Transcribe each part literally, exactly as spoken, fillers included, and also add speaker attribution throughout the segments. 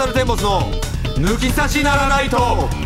Speaker 1: ルテンボスの抜き差しならないと。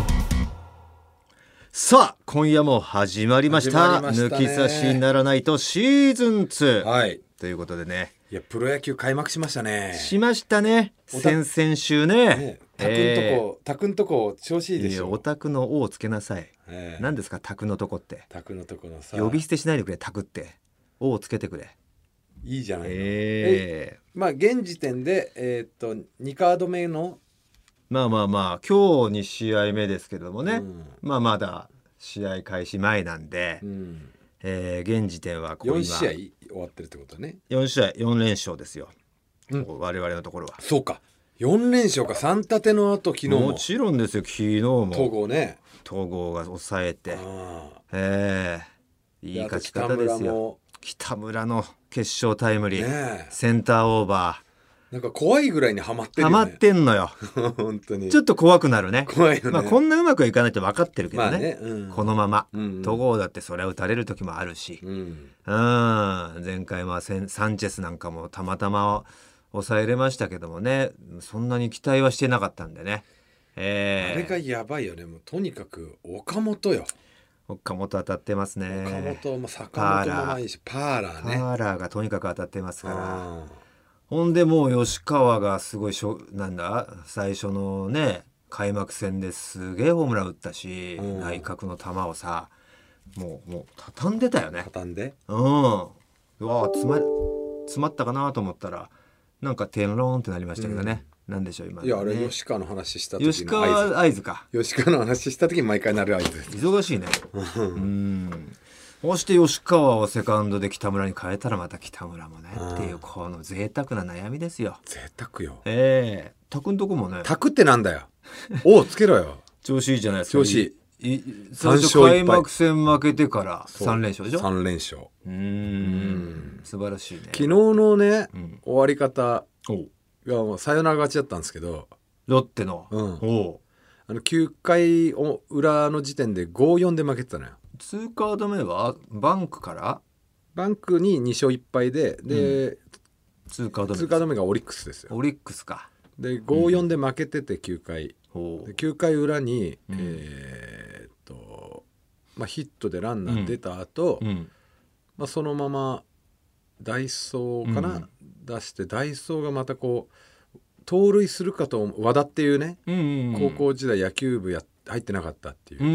Speaker 1: さあ今夜も始まりました、
Speaker 2: 始まりましたね。
Speaker 1: 抜き差しならないとシーズンツー、
Speaker 2: はい、
Speaker 1: ということでね、
Speaker 2: いやプロ野球開幕しましたね。
Speaker 1: しましたね。先々週ね、
Speaker 2: ねタクんとこ、タクんとこ調子いいでしょ。
Speaker 1: いやおタクの「お」をつけなさい、
Speaker 2: えー、
Speaker 1: 何ですかタクのとこって。
Speaker 2: タクのとこのさ、
Speaker 1: 呼び捨てしないでくれ、タクって「お」をつけてくれ。
Speaker 2: いいじゃないの。
Speaker 1: えー、
Speaker 2: まあ現時点でえー、っとにカード目の
Speaker 1: まあまあまあ今日に試合目ですけどもね、
Speaker 2: うん、
Speaker 1: まあまだ試合開始前なんで、うん、えー、現時点はこう今
Speaker 2: よん試合終わってるってことね。
Speaker 1: よん試合よん連勝ですよ、
Speaker 2: うん、
Speaker 1: 我々のところは。
Speaker 2: そうか、よん連勝か。さん立ての後昨日も
Speaker 1: もちろんですよ。昨日も
Speaker 2: 戸郷ね、
Speaker 1: 戸郷が抑えて、
Speaker 2: あ、
Speaker 1: えー、いい勝ち方ですよ。北村の決勝タイムリー、ね、センターオーバー、
Speaker 2: なんか怖いぐらいにはまってるよね。
Speaker 1: はまってんのよ
Speaker 2: 本当に
Speaker 1: ちょっと怖くなるね。
Speaker 2: 怖いよね。
Speaker 1: まあこんなうまくはいかないって分かってるけどね、まあね、
Speaker 2: うん、
Speaker 1: このまま、
Speaker 2: うんうん、
Speaker 1: 戸郷だってそれは打たれる時もあるし、うん、うん前回はサンチェスなんかもたまたま抑えれましたけどもね、そんなに期待はしてなかったんでね、えー、
Speaker 2: あれがやばいよね。もうとにかく岡本よ。
Speaker 1: 岡本当たってますね。
Speaker 2: 岡本も坂本もないし、パーラーね。
Speaker 1: パーラーがとにかく当たってますから。ほんでもう吉川がすごいしょなんだ最初のね開幕戦ですげえホームラン打ったし、うん、内角の球をさもうもう畳んでたよね。
Speaker 2: 畳んで、
Speaker 1: うん、うわ詰ま詰まったかなと思ったらなんかテンローンってなりましたけどね、うん、なんでしょう今、ね、
Speaker 2: いやあれ吉川の話した時の合図。
Speaker 1: 吉川合図か。
Speaker 2: 吉川の話した時に毎回なる合図です。
Speaker 1: 忙しいねうんそして吉川をセカンドで北村に変えたらまた北村もねっていうこの贅沢な悩みですよ。
Speaker 2: 贅沢よ。
Speaker 1: ええー、タクんとこもね。
Speaker 2: タクってなんだよ。おつけろよ。
Speaker 1: 調子いいじゃないですか。
Speaker 2: 調子いい。
Speaker 1: 最初開幕戦負けてからさん連勝でしょ。
Speaker 2: さん連勝。
Speaker 1: うーん素晴らしいね。
Speaker 2: 昨日のね、うん、終わり方がもうサヨナラ勝ちだったんですけど、
Speaker 1: ロッテの、うん、
Speaker 2: おあのきゅうかい裏の時点で ごたいよん で負けてたのよ。
Speaker 1: にカード目はバンクから
Speaker 2: バンクにに勝いっぱいで、で、
Speaker 1: うん、にカード目
Speaker 2: にカード目がオリックスですよ。
Speaker 1: オリックスか。
Speaker 2: で ごたいよん で負けててきゅうかい、うん、できゅうかい裏に、うん、えー、っと、まあ、ヒットでランナー出た後、うん、まあ、そのままダイソーかな、うん、出してダイソーがまたこう盗塁するかと和田っていうね、うんうんうん、高校時代野球部やって入ってなかったっていう、うん、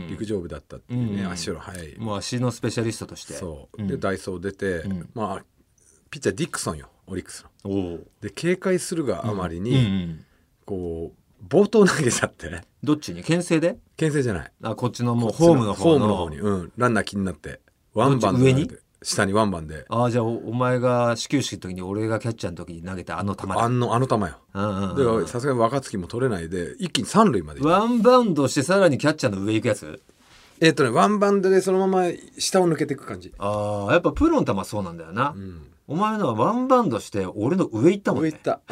Speaker 2: 陸上部だったっていうね、うん、足の速い
Speaker 1: もう足のスペシャリストとして
Speaker 2: そう、うん、でダイソー出て、うん、まあピッチャーディックソンよオリックスので警戒するがあまりに、うんうん、こう暴投投げちゃって
Speaker 1: どっちに牽制で
Speaker 2: 牽制じゃない
Speaker 1: あこっちのもうホームの方の
Speaker 2: ホームの方に、うん、ランナー気になってワンバン
Speaker 1: 上に
Speaker 2: 下にワンバンで
Speaker 1: ああじゃあ お, お前が始球式の時に俺がキャッチャーの時に投げたあの球
Speaker 2: あのあの球よ、うんうんうん、でさすがに若月も取れないで一気に三塁まで
Speaker 1: ワンバウンドしてさらにキャッチャーの上行くやつ
Speaker 2: えっとねワンバウンドでそのまま下を抜けていく感じ。
Speaker 1: ああやっぱプロの球はそうなんだよな、うん、お前のはワンバウンドして俺の上行ったもんね。
Speaker 2: 上行った、うん、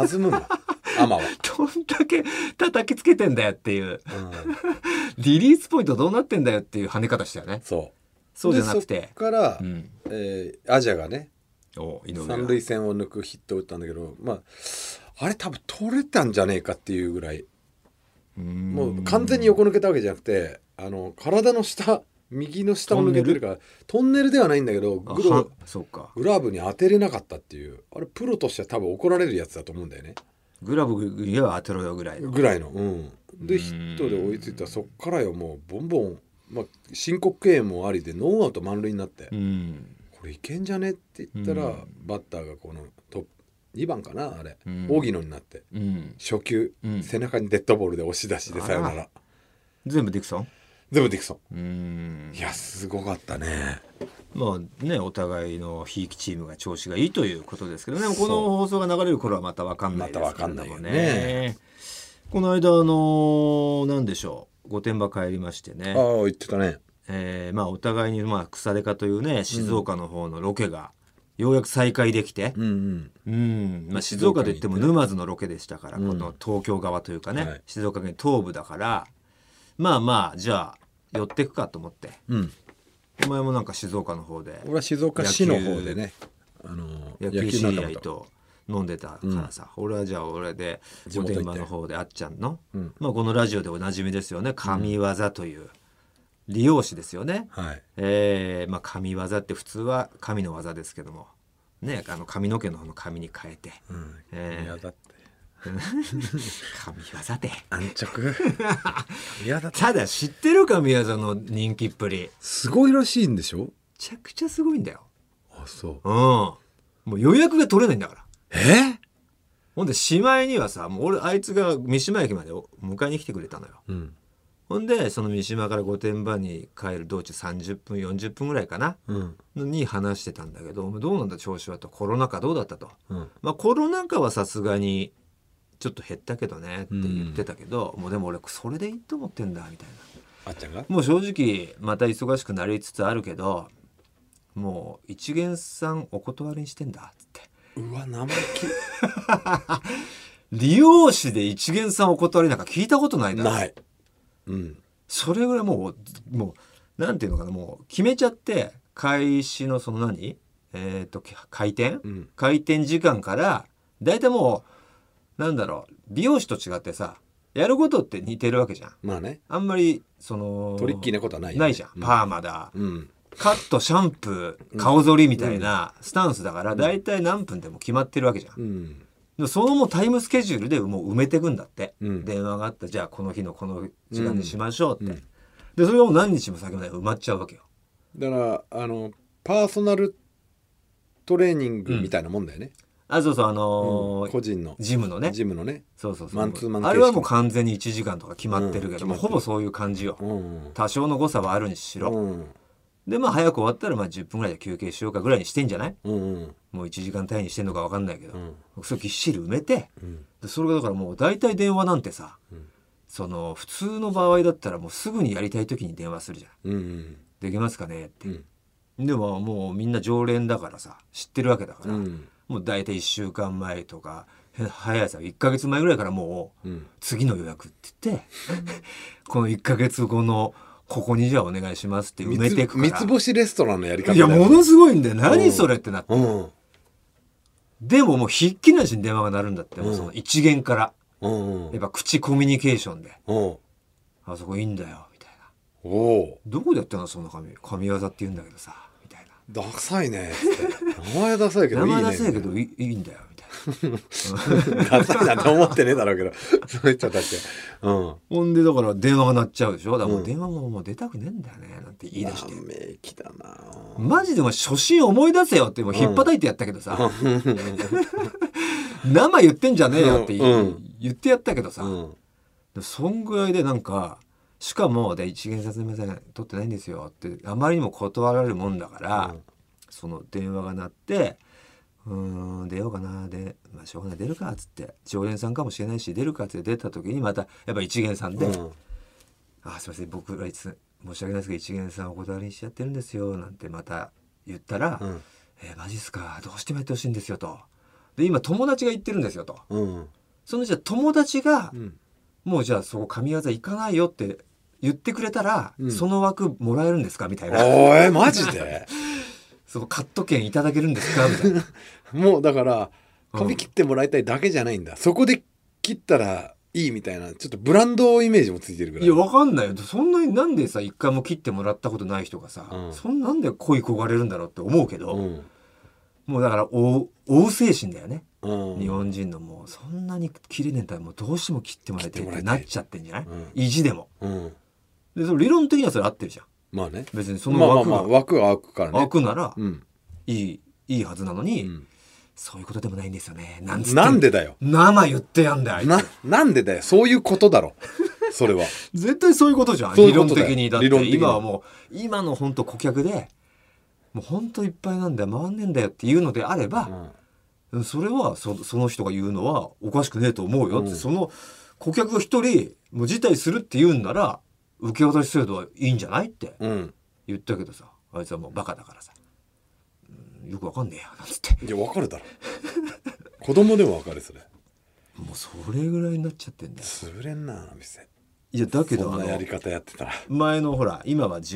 Speaker 2: 弾むもんアマは
Speaker 1: どんだけ叩きつけてんだよっていう、うん、リリースポイントどうなってんだよっていう跳ね方したよね。
Speaker 2: そう
Speaker 1: そうじゃなくて
Speaker 2: そっから、うんえー、アジャがね
Speaker 1: お
Speaker 2: 三塁線を抜くヒットを打ったんだけど、まあ、あれ多分取れたんじゃねえかっていうぐらいもう完全に横抜けたわけじゃなくてあの体の下右の下を抜けてるからトンネルではないんだけどグロ
Speaker 1: そうか
Speaker 2: グラブに当てれなかったっていうあれプロとしては多分怒られるやつだと思うんだよね。
Speaker 1: グラブには当てろよぐらいの
Speaker 2: ぐらいの、うん、でヒットで追いついたらそっからよもうボンボンまあ、申告敬遠もありでノーアウト満塁になって、うん、これいけんじゃねって言ったら、うん、バッターがこのトップにばんかなあれ、うん、荻野になって、うん、初球、うん、背中にデッドボールで押し出しでさよなら
Speaker 1: 全部ディクソン
Speaker 2: 全部ディクソンうんいやすごかったね。
Speaker 1: まあねお互いのひいきチームが調子がいいということですけどねこの放送が流れる頃はまた分かんないですけどもね、また分かんないよね。この間あの何でしょう御殿場帰りましてね。
Speaker 2: ああ言ってたね。
Speaker 1: えー、まあお互いにまあ腐れかというね静岡の方のロケがようやく再開できて、うんうんうんまあ、静岡といっても沼津のロケでしたから、うん、この東京側というかね、はい、静岡県東部だからまあまあじゃあ寄ってくかと思って、うん、お前もなんか静岡の方で
Speaker 2: 俺は静岡市の方でねあの
Speaker 1: 野球知り合いと飲んでたからさ、うん、俺はじゃあ俺で御殿場の方であっちゃんの、
Speaker 2: うん、
Speaker 1: まあ、このラジオでおなじみですよね、神業という理容師ですよね、
Speaker 2: うん、はい、
Speaker 1: えーまあ、神業って普通は神の技ですけどもね、あの髪の毛の方の髪に変えて、
Speaker 2: うん、
Speaker 1: えー、
Speaker 2: 神業って
Speaker 1: 神業で
Speaker 2: 安直
Speaker 1: ただ知ってる神業の人気っぷり
Speaker 2: すごいらしいんでしょ。め
Speaker 1: ちゃくちゃすごいんだよ。
Speaker 2: あ、そう、
Speaker 1: うん、もう予約が取れないんだから。
Speaker 2: え
Speaker 1: ほんでしまいにはさ、もう俺あいつが三島駅まで迎えに来てくれたのよ、
Speaker 2: うん、
Speaker 1: ほんでその三島から御殿場に帰る道中さんじゅっぷんよんじゅっぷんぐらいかな、
Speaker 2: うん、
Speaker 1: に話してたんだけど、どうなんだ調子はと、コロナ禍どうだったと、
Speaker 2: うん、
Speaker 1: まあコロナ禍はさすがにちょっと減ったけどねって言ってたけど、うん、もうでも俺それでいいと思ってんだみたいな。
Speaker 2: あっちゃんが
Speaker 1: もう正直また忙しくなりつつあるけど、もう一元さんお断りにしてんだっつって。
Speaker 2: うわ生意気
Speaker 1: 理容師で一元さんお断りなんか聞いたことないだろ。
Speaker 2: ない、うん、
Speaker 1: それぐらいもうもうなんていうのかな、もう決めちゃって開始のその何えっ、ー、と開店、うん、開店時間からだいたいもうなんだろう、美容師と違ってさやることって似てるわけじゃん。
Speaker 2: まあね、
Speaker 1: あんまりその
Speaker 2: トリッキーなことはないよね、
Speaker 1: ないじゃん、うん、パーマだ、
Speaker 2: うん、
Speaker 1: カットシャンプー顔剃りみたいなスタンスだからだいたい何分でも決まってるわけじゃん、うん、でそのもうタイムスケジュールでもう埋めていくんだって、うん、電話があったじゃあこの日のこの時間にしましょうって、うん、でそれがもう何日も先まで埋まっちゃうわけよ。
Speaker 2: だからあのパーソナルトレーニングみたいなもんだよね、
Speaker 1: うん、あそうそうあのー
Speaker 2: うん、個人の
Speaker 1: ジムのね
Speaker 2: ジムのね
Speaker 1: そうそうそう
Speaker 2: マンツーマン
Speaker 1: あれはもう完全にいちじかんとか決まってるけど、うん、ほぼそういう感じよ、
Speaker 2: うん、
Speaker 1: 多少の誤差はあるにしろ、うん、でまあ早く終わったらまあじゅっぷんぐらいで休憩しようかぐらいにしてんじゃない、うんうん、もういちじかん単位にしてんのか分かんないけど、うん、それぎっしり埋めて、うん、でそれがだからもう大体電話なんてさ、うん、その普通の場合だったらもうすぐにやりたい時に電話するじゃん、うんうん、できますかねって、うん、でももうみんな常連だからさ知ってるわけだから、うん、もう大体いっしゅうかんまえとか早いさいっかげつまえぐらいからもう次の予約って言って、うん、このいっかげつごのここにじゃあお願いしますって埋めていくから
Speaker 2: 三つ星レストランのやり方
Speaker 1: だよ。いやものすごいんだよ、何それってなって、うん、でももうひっきりなしに電話が鳴るんだって、うん、もうその一元から、うんうん、やっぱ口コミュニケーションで、うん、あそこいいんだよみたいな、おどこでやってんのその神神業って言うんだけどさみたいな、
Speaker 2: ダサいねって名前ダサいけどいいね、
Speaker 1: 名前ダサいけどいいんだよみたいな
Speaker 2: ダサいなんて思ってねえだろうけどそういう人たち、
Speaker 1: うん、ほんでだから電話が鳴っちゃうでしょ、だからもう電話ももう出たくねえんだよねなんて言い出して、
Speaker 2: やめきだな
Speaker 1: マジでも初心思い出せよってもう引っ叩いてやったけどさ、うん、生言ってんじゃねえよって言,、うん、言ってやったけどさ、うん、そんぐらいでなんかしかもで一元さんすみません取ってないんですよってあまりにも断られるもんだから、うん、その電話が鳴ってうーん出ようかなで、まあ、しょうがない出るかっつって常連さんかもしれないし出るかって出た時にまたやっぱ一元さんで、うん、あすいません僕らいつ申し訳ないですけど一元さんお断りにしちゃってるんですよなんてまた言ったら、うん、えー、マジっすかどうしてもやってほしいんですよと、で今友達が言ってるんですよと、うん、そのじゃあ友達が、うん、もうじゃあそこ神業行かないよって言ってくれたら、うん、その枠もらえるんですかみたいな、
Speaker 2: おーマジで
Speaker 1: そのカット券いただけるんですかみたいな
Speaker 2: もうだから髪切ってもらいたいだけじゃないんだ、うん、そこで切ったらいいみたいなちょっとブランドイメージもついてるぐらい。
Speaker 1: いやわかんないよ、そんなになんでさ一回も切ってもらったことない人がさ、うん、そんなんで恋焦がれるんだろうって思うけど、うん、もうだから追う、追う精神だよね、うん、日本人のもうそんなに切れねえんだらもうどうしても切ってもらいたいってなっちゃってんじゃない、うん、意地でも、うん、でその理論的にはそれ合ってるじゃん、
Speaker 2: まあね、
Speaker 1: 別にその枠が、
Speaker 2: まあまあまあ枠が開くからね、
Speaker 1: 開くなら、うん、いいいいはずなのに、うん、そういうことでもないんですよねなんつって
Speaker 2: なんでだよ
Speaker 1: 生言ってやんだよ
Speaker 2: ななんでだよそういうことだろそれは
Speaker 1: 絶対そういうことじゃん理論的にだって今はもう今の本当顧客でもう本当いっぱいなんだよ回んねえんだよっていうのであれば、うん、それは そ, その人が言うのはおかしくねえと思うよって、うん、その顧客が一人もう辞退するって言うんなら受け渡し制度はいいんじゃないって言ったけどさ、あいつはもうバカだからさ、うん、よくわかんねえよなんつって。
Speaker 2: いやわかるだろ子供でもわかるそれ。
Speaker 1: もうそれぐらいになっちゃってんだよ。
Speaker 2: 潰れんなあの店。
Speaker 1: いやだけど
Speaker 2: そんなやり方やってたら
Speaker 1: 前のほら今は地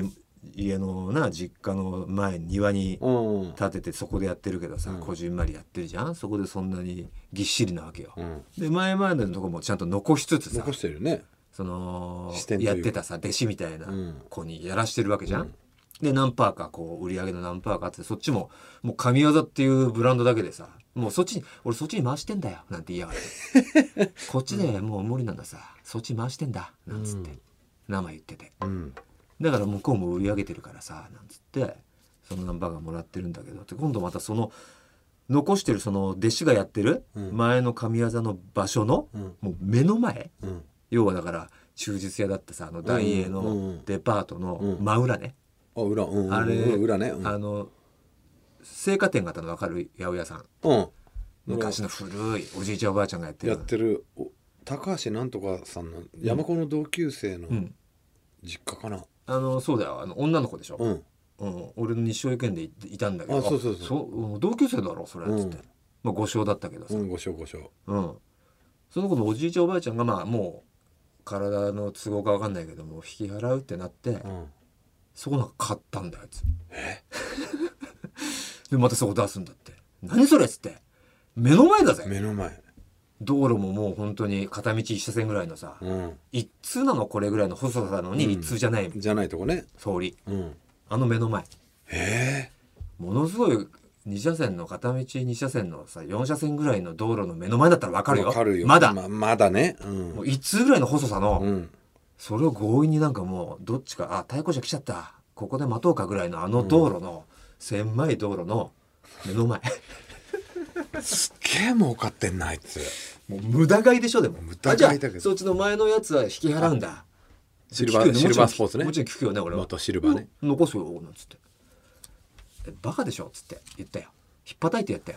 Speaker 1: 家のな実家の前庭に建ててそこでやってるけどさ、うん、こじんまりやってるじゃん。そこでそんなにぎっしりなわけよ、うん、で前々のとこもちゃんと残しつつさ、
Speaker 2: 残してるね、
Speaker 1: そのやってたさ弟子みたいな子にやらしてるわけじゃん、うん、で何パーかこう売り上げの何パーかってそっちももう神業っていうブランドだけでさ、もうそっちに俺そっちに回してんだよなんて言いやがってこっちでもう無理なんださ、そっち回してんだなんつって、うん、名前言ってて、うん、だから向こうも売り上げてるからさなんつってそのナンバーがもらってるんだけどって、今度またその残してるその弟子がやってる前の神業の場所の、うん、もう目の前、うん、要はだから忠実屋だったさあの大英のデパートの真裏ね、
Speaker 2: うん、あ裏、うん、
Speaker 1: あれ、
Speaker 2: 裏ね、うん、
Speaker 1: あの青果店型の分かる八百屋さん、うん、昔の古いおじいちゃんおばあちゃんがやってる
Speaker 2: やってる高橋なんとかさんの山子の同級生の実家かな、うん、
Speaker 1: あのそうだよ、あの女の子でしょ、うんうん、俺の日照保育園で い, いたんだけど、
Speaker 2: あそうそうそう
Speaker 1: そう同級生だろそれっつって、うん、まあ五章だったけどさ、
Speaker 2: うん、五章五章、
Speaker 1: うん、その子のおじいちゃんおばあちゃんがまあもう体の都合か分かんないけども引き払うってなって、うん、そこなんか買ったんだよあいつ。えでまたそこ出すんだって、何それっつって、目の前だぜ、
Speaker 2: 目の前、
Speaker 1: 道路ももう本当に片道一車線ぐらいのさ、うん、一通なのこれぐらいの細さなのに一通じゃない、
Speaker 2: うん、じゃないとこね、
Speaker 1: 通り、うん、あの目の前、
Speaker 2: え
Speaker 1: ー、ものすごいに車線の片道に車線のさよん車線ぐらいの道路の目の前だったら分かるよ、
Speaker 2: 分かるよ、
Speaker 1: まだ、
Speaker 2: ま、まだね、
Speaker 1: うん、もう一通ぐらいの細さの、うん、それを強引になんかもうどっちか、あ対向車来ちゃったここで待とうかぐらいのあの道路の、うん、狭い道路の目の前
Speaker 2: すっげえ儲かってんなあいつ、
Speaker 1: もう無駄買いでしょ。でも
Speaker 2: 無駄買いだけど、
Speaker 1: そっちの前のやつは引き払うんだ、
Speaker 2: シルバー、シルバースポーツね、
Speaker 1: もちろん聞くよね俺は、
Speaker 2: 元シルバーね、
Speaker 1: 残すよなんつって、えバカでしょっつって言ったよ、引っ叩いてやったよ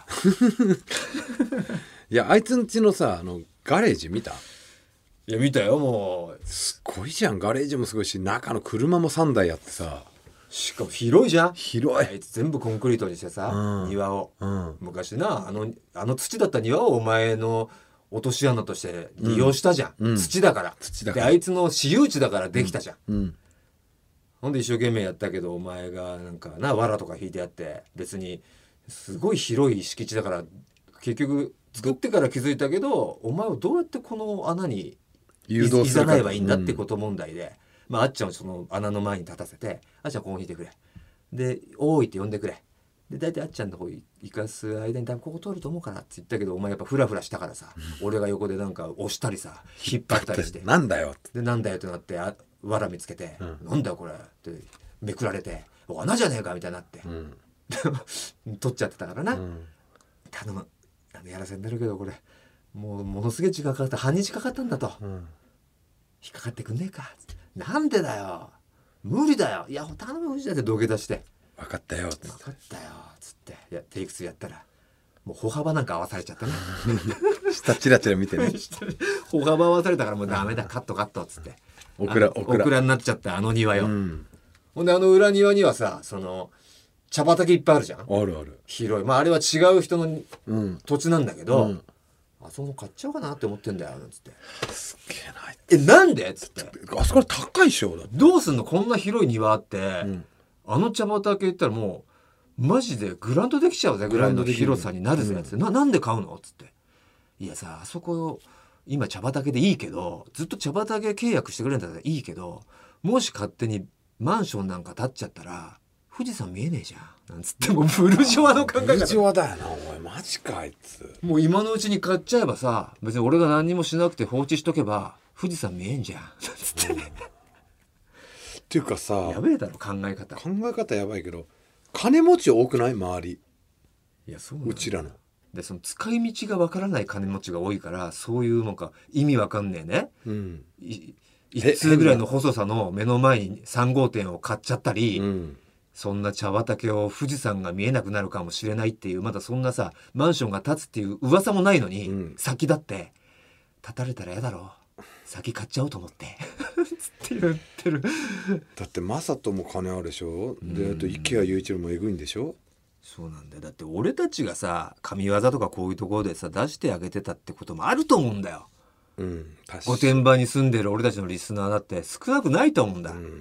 Speaker 2: いやあいつんちのさあのガレージ見た？
Speaker 1: いや見たよ、もう
Speaker 2: すごいじゃん、ガレージもすごいし中の車もさんだいあってさ、
Speaker 1: しかも広いじゃん、
Speaker 2: 広い、
Speaker 1: あいつ全部コンクリートにしてさ、うん、庭を、うん、昔なあのあの土だった庭をお前の落とし穴として利用したじゃん、うん、土だから、土だからであいつの私有地だからできたじゃん、うんうん、ほんで一生懸命やったけどお前がなんかな藁とか引いてやって別にすごい広い敷地だから結局作ってから気づいたけどお前をどうやってこの穴に誘導するかいざないばいいんだってこと問題で、うん、まああっちゃんをその穴の前に立たせてあっちゃんここ引いてくれでおーいって呼んでくれで大体あっちゃんの方行かす間に多分ここ通ると思うからって言ったけどお前やっぱフラフラしたからさ、うん、俺が横でなんか押したりさ引っ張ったりして
Speaker 2: なんだよ
Speaker 1: でなんだよってなってあわら見つけて、うん、なんだよこれってめくられて穴じゃねえかみたいになって、うん、取っちゃってたからな、うん、頼むあのやらせになるけどこれもうものすげえ時間かかった半日かかったんだと、うん、引っかかってくんねえかなんでだよ無理だよいや頼む無理だって土下座して
Speaker 2: 分かったよっつって
Speaker 1: 分かったよっつってやテイクツーやったらもう歩幅なんか合わされちゃったね
Speaker 2: 下チラチラ見てね
Speaker 1: 歩幅合わされたからもうダメだカットカットっつって
Speaker 2: オクラオクラ
Speaker 1: オクラになっちゃったあの庭よ、うん、ほんであの裏庭にはさその茶畑いっぱいあるじゃん、
Speaker 2: あるある
Speaker 1: 広いまああれは違う人の土地なんだけど、うん、あそこ買っちゃおうかなって思ってんだよなんつって
Speaker 2: すげえな
Speaker 1: えなんでっつって
Speaker 2: あそこ高いっしょ
Speaker 1: どうすんのこんな広い庭あって、うん、あの茶畑行ったらもうマジでグラウンドできちゃうぜぐらいの広さになるぜっつって、うん、な, なんで買うのっつっていやさあそこ今茶畑でいいけどずっと茶畑契約してくれるんだったらいいけどもし勝手にマンションなんか建っちゃったら富士山見えねえじゃんなんつってもうブルジョワの考え方
Speaker 2: ブルジョワだよなお前マジかあいつ
Speaker 1: もう今のうちに買っちゃえばさ別に俺が何にもしなくて放置しとけば富士山見えんじゃんつって、うん、
Speaker 2: っていうかさ
Speaker 1: やべえだろ考え方
Speaker 2: 考え方やばいけど金持ち多くない周り
Speaker 1: いやそう
Speaker 2: うちらの
Speaker 1: でその使い道がわからない金持ちが多いからそういうのか意味わかんねえね、うん、い一通ぐらいの細さの目の前にさん号店を買っちゃったり、うん、そんな茶畑を富士山が見えなくなるかもしれないっていうまだそんなさマンションが建つっていう噂もないのに、うん、先だって建たれたら嫌だろ先買っちゃおうと思ってつって言ってる
Speaker 2: だってマサトも金あるでしょ、うん、であと池谷雄一郎もえぐいんでしょ
Speaker 1: そうなんだよだって俺たちがさ神業とかこういうところでさ出してあげてたってこともあると思うんだよ、うん、御殿場に住んでる俺たちのリスナーだって少なくないと思うんだ、うん、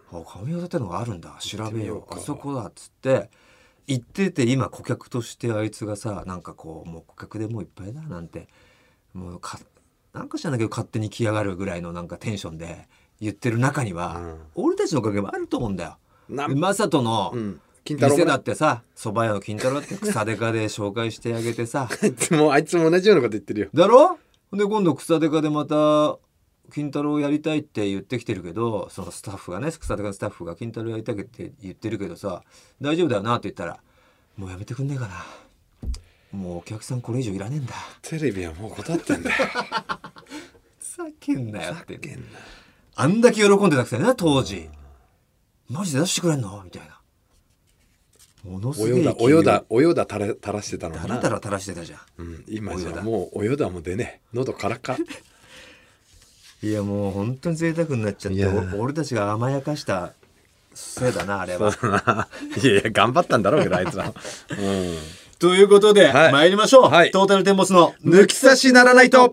Speaker 1: あ神業ってのがあるんだ調べようあそこだっつって行ってて今顧客としてあいつがさなんかこうもう顧客でもういっぱいだなんてもうかなんか知らないけど勝手に来やがるぐらいのなんかテンションで言ってる中には、うん、俺たちのおかげもあると思うんだよ。マサトの店だってさ蕎麦屋の金太郎だって草デカで紹介してあげてさ
Speaker 2: あいつもあいつも同じようなこと言ってるよ
Speaker 1: だろ。で今度草デカでまた金太郎やりたいって言ってきてるけどそのスタッフがね草デカのスタッフが金太郎やりたいって言ってるけどさ大丈夫だよなって言ったらもうやめてくんねえかなもうお客さんこれ以上いらねえんだ
Speaker 2: テレビはもう断ってんだよ
Speaker 1: ふざけんなよってあんだけ喜んでたくせにな当時マジで出してくれんのみたいなものすげえ
Speaker 2: およだおよだ垂ら垂らしてたのかな
Speaker 1: だらだら垂らしてたじゃん、
Speaker 2: うん、今じゃもうおよだもでね喉カラカラ
Speaker 1: いやもう本当に贅沢になっちゃって俺たちが甘やかしたせいだなあれは
Speaker 2: いやいや頑張ったんだろうけどあいつら、うん、
Speaker 1: ということで、はい、参りましょう、はい、トータルテンボスの抜き差しならないと。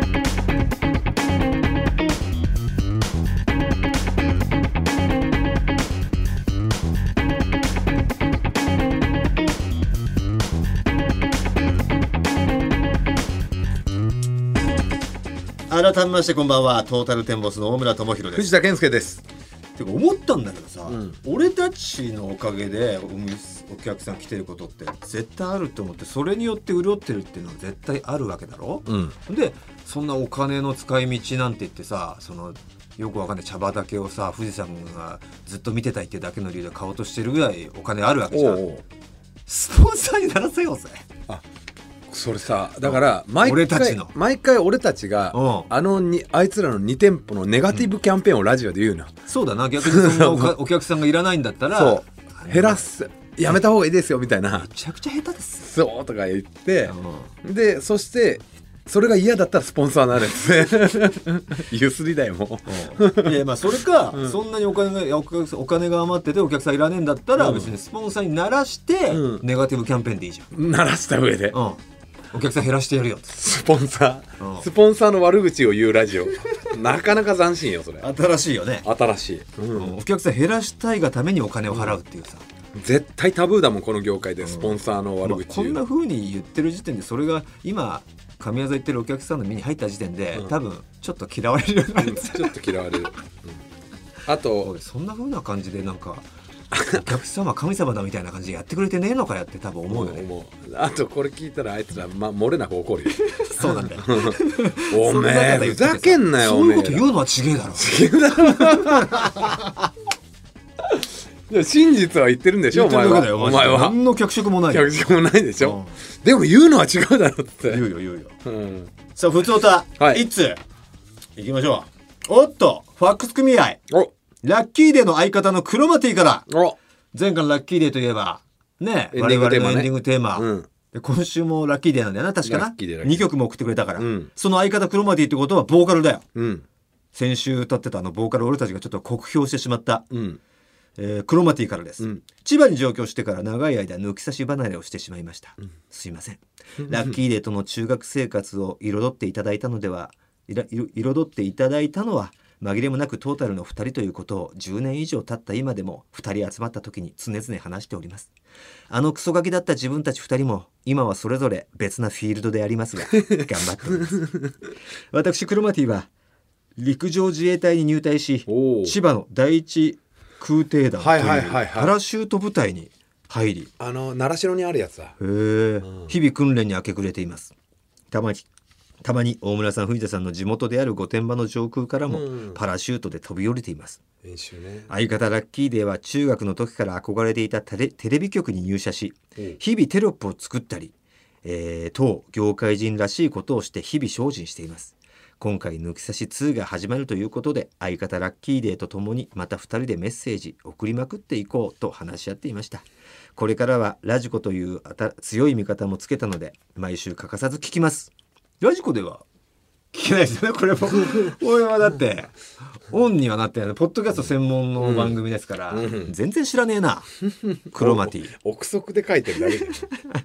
Speaker 1: 改めましてこんばんはトータルテンボスの大村智弘です。
Speaker 2: 藤田健介です。
Speaker 1: てか思ったんだけどさ、うん、俺たちのおかげで お, お客さん来てることって絶対あると思ってそれによって潤ってるっていうのは絶対あるわけだろ、うん、でそんなお金の使い道なんて言ってさそのよくわかんない茶畑をさ富士山がずっと見てたいってだけの理由で買おうとしてるぐらいお金あるわけじゃん。おうおうスポンサーにならせようぜ。あ
Speaker 2: それさだから毎回俺たちの毎回俺たちがあのにあいつらのに店舗のネガティブキャンペーンをラジオで言うな、うん、
Speaker 1: そうだな逆にそんな お, お客さんがいらないんだったら
Speaker 2: そう減らすやめた方がいいですよみたいな
Speaker 1: めちゃくちゃ下手です
Speaker 2: そうとか言って、うん、でそしてそれが嫌だったらスポンサーになるんですねゆすりだよも
Speaker 1: ういやまあそれか、うん、そんなにお金が お, お金が余っててお客さんいらねえんだったら、うん、別にスポンサーにならして、うん、ネガティブキャンペーンでいいじゃん。
Speaker 2: ならした上で、うん
Speaker 1: お客さん減らしてやるよ
Speaker 2: スポンサー、うん、スポンサーの悪口を言うラジオなかなか斬新よそれ。
Speaker 1: 新しいよね
Speaker 2: 新しい、
Speaker 1: うん、お客さん減らしたいがためにお金を払うっていうさ、
Speaker 2: うん、絶対タブーだもんこの業界でスポンサーの悪口言う、
Speaker 1: うんまあ、こんな風に言ってる時点でそれが今神業言ってるお客さんの目に入った時点で、うん、多分ちょっと嫌われるようになる、うん、
Speaker 2: ちょっと嫌われる、うん、あと
Speaker 1: そんな風な感じでなんかお客様神様だみたいな感じでやってくれてねえのかよって多分思うよね。
Speaker 2: もうあとこれ聞いたらあいつら、ま、漏れなく怒るよ
Speaker 1: そうなんだよ
Speaker 2: おめえふざけんなよ
Speaker 1: そういうこと言うのは違えだろ
Speaker 2: 違うだろ真実は言ってるんでしょお前は。お前は
Speaker 1: 何の脚色もない
Speaker 2: 脚色もないでしょ、うん、でも言うのは違うだろって
Speaker 1: 言うよ言うよ、うん、さあふつおた、はい、いついきましょう。おっとファックス組合おラッキーデーの相方のクロマティから前回のラッキーデーといえばね我々のエンディングテーマ、うん、で今週もラッキーデーなんだよな確かなにきょくも送ってくれたから、うん、その相方クロマティってことはボーカルだよ、うん、先週歌ってたあのボーカル俺たちがちょっと酷評してしまった、うんえー、クロマティからです、うん、千葉に上京してから長い間抜き差し離れをしてしまいました、うん、すいませんラッキーデーとの中学生活を彩っていただいたのではいら彩っていただいたのは紛れもなくトータルのふたりということをじゅうねん以上経った今でもふたり集まった時に常々話しております。あのクソガキだった自分たちふたりも今はそれぞれ別なフィールドでありますが頑張っています私クロマティは陸上自衛隊に入隊し千葉の第一空挺団というパラシュート部隊に入り
Speaker 2: あの習志野にあるやつだ。
Speaker 1: へー、うん、日々訓練に明け暮れています。たまにたまに大村さん藤田さんの地元である御殿場の上空からもパラシュートで飛び降りています、
Speaker 2: うん練習ね、
Speaker 1: 相方ラッキーデーは中学の時から憧れていたテレ、テレビ局に入社し、うん、日々テロップを作ったり、えー、当業界人らしいことをして日々精進しています。今回抜き差しツーが始まるということで相方ラッキーデーとともにまたふたりでメッセージ送りまくっていこうと話し合っていました。これからはラジコという強い味方もつけたので毎週欠かさず聞きます。ラジコでは聞けないですよねこれも俺はだってオンにはなってないポッドキャスト専門の番組ですから、うんうん、全然知らねえなクロマティ
Speaker 2: 憶測で書いてるだけで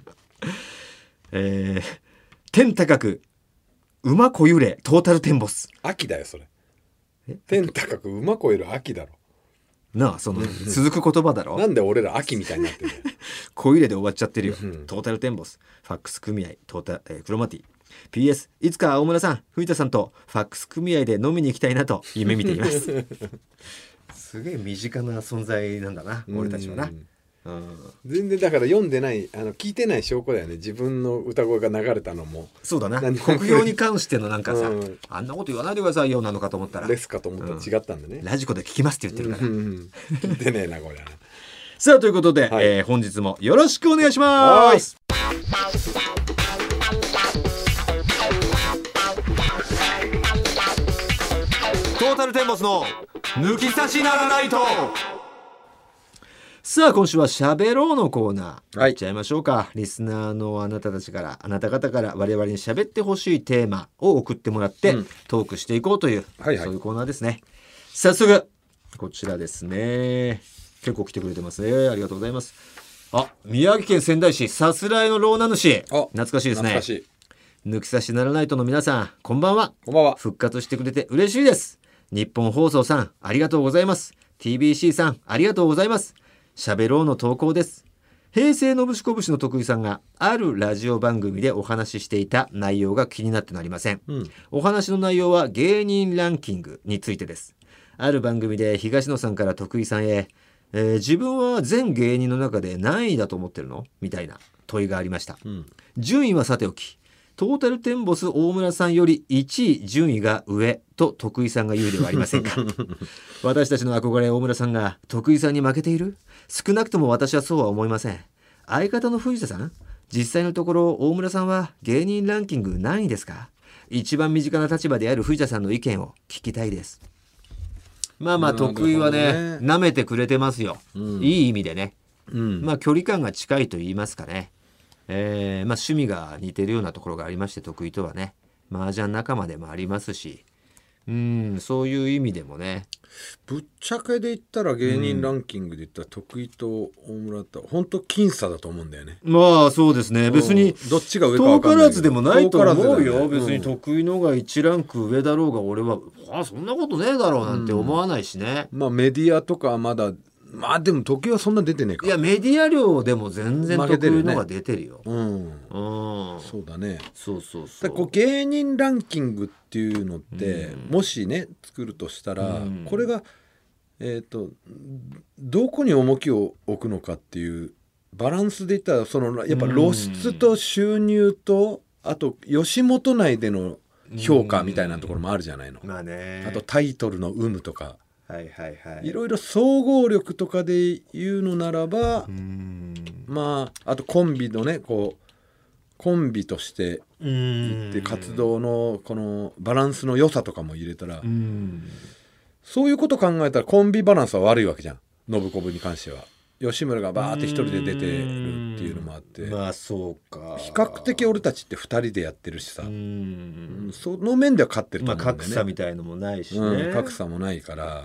Speaker 1: えー、天高く馬こゆれトータルテンボス
Speaker 2: 秋だよそれ。天高く馬こゆる秋だろ。
Speaker 1: なあその続く言葉だろ。
Speaker 2: なんで俺ら秋みたいになってる
Speaker 1: 小入れで終わっちゃってるよ、
Speaker 2: うん、
Speaker 1: トータルテンボスファックス組合トータ、えー、クロマティ ピーエス いつか大村さん藤田さんとファックス組合で飲みに行きたいなと夢見ていますすげえ身近な存在なんだな俺たちはな、うん
Speaker 2: うん、全然だから読んでないあの聞いてない証拠だよね。自分の歌声が流れたのも
Speaker 1: そうだな国評に関してのなんかさ、うん、あんなこと言わないでくださいよなのかと思ったら
Speaker 2: レスかと思ったら違ったんだね、
Speaker 1: うん、ラジコで聞きますって言ってるから、うんうん、
Speaker 2: 聞いてねえなこれな
Speaker 1: さあということで、はい、えー、本日もよろしくお願いします。トータルテンボスの抜き差しならないと。さあ今週はしゃべろうのコーナー、はい、いっちゃいましょうか。リスナーのあなたたちからあなた方から我々にしゃべってほしいテーマを送ってもらって、うん、トークしていこうという、はいはい、そういうコーナーですね。早速こちらですね。結構来てくれてますね。ありがとうございます。あ、宮城県仙台市さすらいのローナ主、懐かしいですね。懐かしい。抜き差しならないとの皆さんこんばんは。
Speaker 2: こんばんは。
Speaker 1: 復活してくれて嬉しいです。日本放送さんありがとうございます。 ティービーシー さんありがとうございます。しゃべろうの投稿です。平成のぶしこぶしの徳井さんがあるラジオ番組でお話ししていた内容が気になってなりません、うん、お話の内容は芸人ランキングについてです。ある番組で東野さんから徳井さんへ、えー、自分は全芸人の中で何位だと思ってるのみたいな問いがありました、うん、順位はさておきトータルテンボス大村さんよりいちい順位が上と徳井さんが言うではありませんか私たちの憧れ大村さんが徳井さんに負けている？少なくとも私はそうは思いません。相方の藤田さん、実際のところ大村さんは芸人ランキング何位ですか？一番身近な立場である藤田さんの意見を聞きたいです。まあまあ徳井はね舐めてくれてますよ、うん、いい意味でね、うん、まあ距離感が近いと言いますかね、えー、まあ趣味が似てるようなところがありまして、徳井とはね麻雀仲間でもありますし、うん、そういう意味でもね、
Speaker 2: ぶっちゃけで言ったら芸人ランキングで言ったら徳井と大村って本当僅差だと思うんだよね。
Speaker 1: まあそうですね、別に
Speaker 2: どっちが上か分かんないけど遠から
Speaker 1: ずでもないと思うよ、ね、別に徳井のがいちランク上だろうが俺はあそんなことねえだろうなんて思わないしね、
Speaker 2: うん、まあメディアとかはまだまあでも徳井はそんな出てねえか。
Speaker 1: いやメディア量でも全然徳井のが出てるよ、うん、
Speaker 2: うん、そうだね。
Speaker 1: そうそうそう。
Speaker 2: だこう芸人ランキングっていうのって、うん、もしね作るとしたら、うん、これがえーと、どこに重きを置くのかっていうバランスで言ったらそのやっぱ露出と収入とあと吉本内での評価みたいなところもあるじゃないの、
Speaker 1: まあね、
Speaker 2: あとタイトルの有無とか、
Speaker 1: はいはいはい、
Speaker 2: いろいろ総合力とかで言うのならば、うんまああとコンビのねこうコンビとしていって活動のこのバランスの良さとかも入れたら、うんそういうこと考えたらコンビバランスは悪いわけじゃん。ノブコブに関しては吉村がバーって一人で出てるっていうのもあって、
Speaker 1: まあそうか、
Speaker 2: 比較的俺たちってふたりでやってるしさ、うんその面では勝ってると思うんだよね、
Speaker 1: まあ、格差みたいのもないしね、
Speaker 2: うん、格差もないから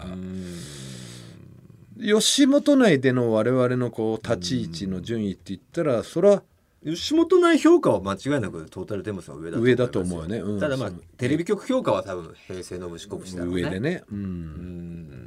Speaker 2: 吉本内での我々のこう立ち位置の順位って言ったらそれは
Speaker 1: 吉本内評価は間違いなくトータルテンボスは上だと思いますよ。
Speaker 2: 上だと思うよね、うん、
Speaker 1: ただまあテレビ局評価は多分平成のぶしこぶしだろうね、
Speaker 2: 上でね、うんうん、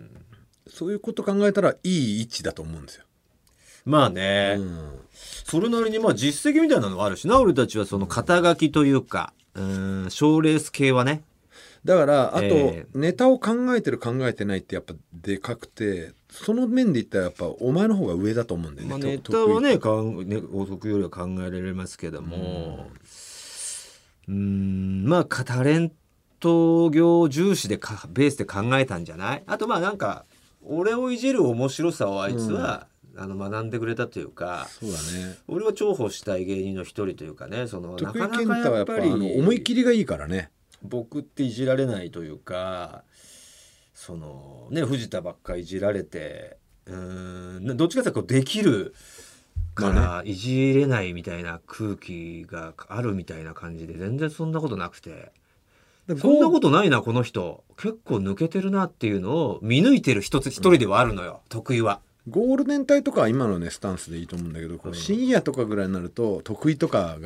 Speaker 2: そういうこと考えたらいい位置だと思うんですよ。
Speaker 1: まあね、うん、それなりにまあ実績みたいなのがあるしな、俺たちはその肩書きというかうん賞レース系はね。
Speaker 2: だからあと、えー、ネタを考えてる考えてないってやっぱでかくて、その面で言ったらやっぱお前の方が上だと思うんだよね、まあ、
Speaker 1: ネタはね王族よりは考えられますけども、うん、うーんまあタレント業重視でかベースで考えたんじゃない。あとまあなんか俺をいじる面白さをあいつは、うん、あの学んでくれたというか、
Speaker 2: そうだね、
Speaker 1: 俺は重宝したい芸人の一人というかね、その
Speaker 2: 徳井健太はやっぱり思い切りがいいからね、
Speaker 1: 僕っていじられないというか、そのね藤田ばっかいじられてうーんどっちかというとできるからいじれないみたいな空気があるみたいな感じで、全然そんなことなくて、そんなことないなこの人結構抜けてるなっていうのを見抜いてる一つ一人ではあるのよ、うん、得意は。
Speaker 2: ゴールデン帯とかは今のねスタンスでいいと思うんだけど、こう深夜とかぐらいになると得意とかが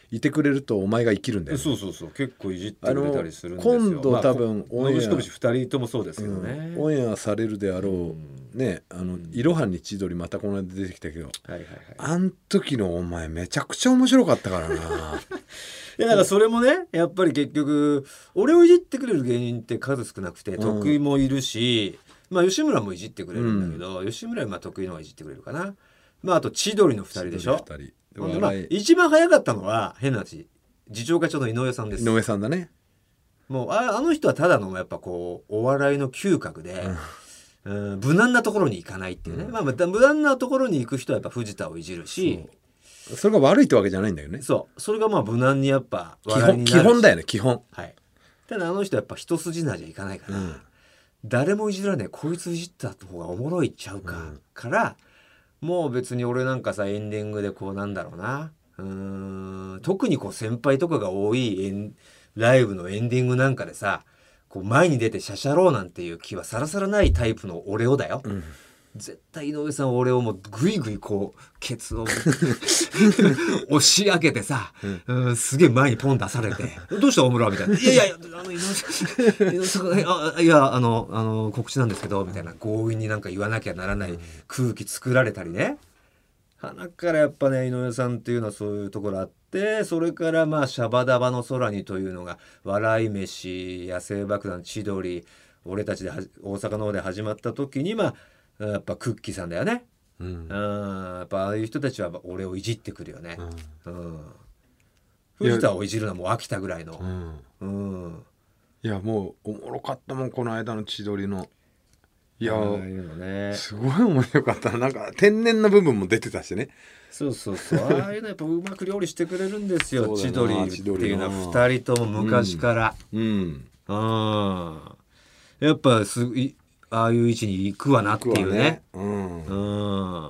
Speaker 2: いてくれるとお前が生きるんだよ、ね、
Speaker 1: そうそうそう、結構いじってくれたりするんですよ。
Speaker 2: 今度多分、
Speaker 1: まあ、オンエアふたりともそうですけどね、
Speaker 2: うん、オンエアされるであろう、うん、ね、あの、うん、いろはに千鳥またこの間出てきたけど、はいはいはい、あん時のお前めちゃくちゃ面白かったからな。い
Speaker 1: やだからそれもね、やっぱり結局俺をいじってくれる芸人って数少なくて、得意もいるし、うん、まあ吉村もいじってくれるんだけど、うん、吉村はまあ得意のはいじってくれるかな。まああと千鳥のふたりでしょ。ふたりで、まあ、一番早かったのは変な話、次長課長の井上さんです。
Speaker 2: 井上さんだね。
Speaker 1: もう あ, あの人はただのやっぱこうお笑いの嗅覚で、うん、うん、無難なところに行かないっていうね、うん、まあ無難なところに行く人はやっぱ藤田をいじるし、
Speaker 2: そ, それが悪いってわけじゃないんだよね。
Speaker 1: そうそれがまあ無難にやっぱ
Speaker 2: 笑いになるし、基本基本だよね、基本。
Speaker 1: はい。ただあの人はやっぱ一筋縄じゃいかないから、うん、誰もいじらねえ、こいついじった方がおもろいっちゃうか、うん、からもう別に俺なんかさ、エンディングでこうなんだろうな、うーん、特にこう先輩とかが多いエンライブのエンディングなんかでさ、こう前に出てシャシャローなんていう気はさらさらないタイプの俺をだよ、うん、絶対井上さん俺をもうグイグイこうケツを押し上げてさ、うん、うん、すげえ前にポン出されてどうした大村みたいな、いやいやあの井上さん井上さんあいやあのあの告知なんですけどみたいな、強引になんか言わなきゃならない空気作られたりね。鼻からやっぱね、井上さんっていうのはそういうところあって、それからまあシャバダバの空にというのが笑い飯、野生爆弾、千鳥、俺たちで大阪の方で始まった時に、まあやっぱクッキーさんだよね、うん、あやっぱああいう人たちは俺をいじってくるよね、うんうん、藤田をいじるのはもう飽きたぐらいの、うんうん、
Speaker 2: いやもうおもろかったもん、この間の千鳥の。いやー、ね、すごい面白かった。なんか天然な部分も出てたしね。
Speaker 1: そうそうそう、ああいうのやっぱうまく料理してくれるんですよ。千鳥っていうのはふたりとも昔から、うん、うん、あやっぱすいああいう位置に行くわなっていうね、ね、うん、うん、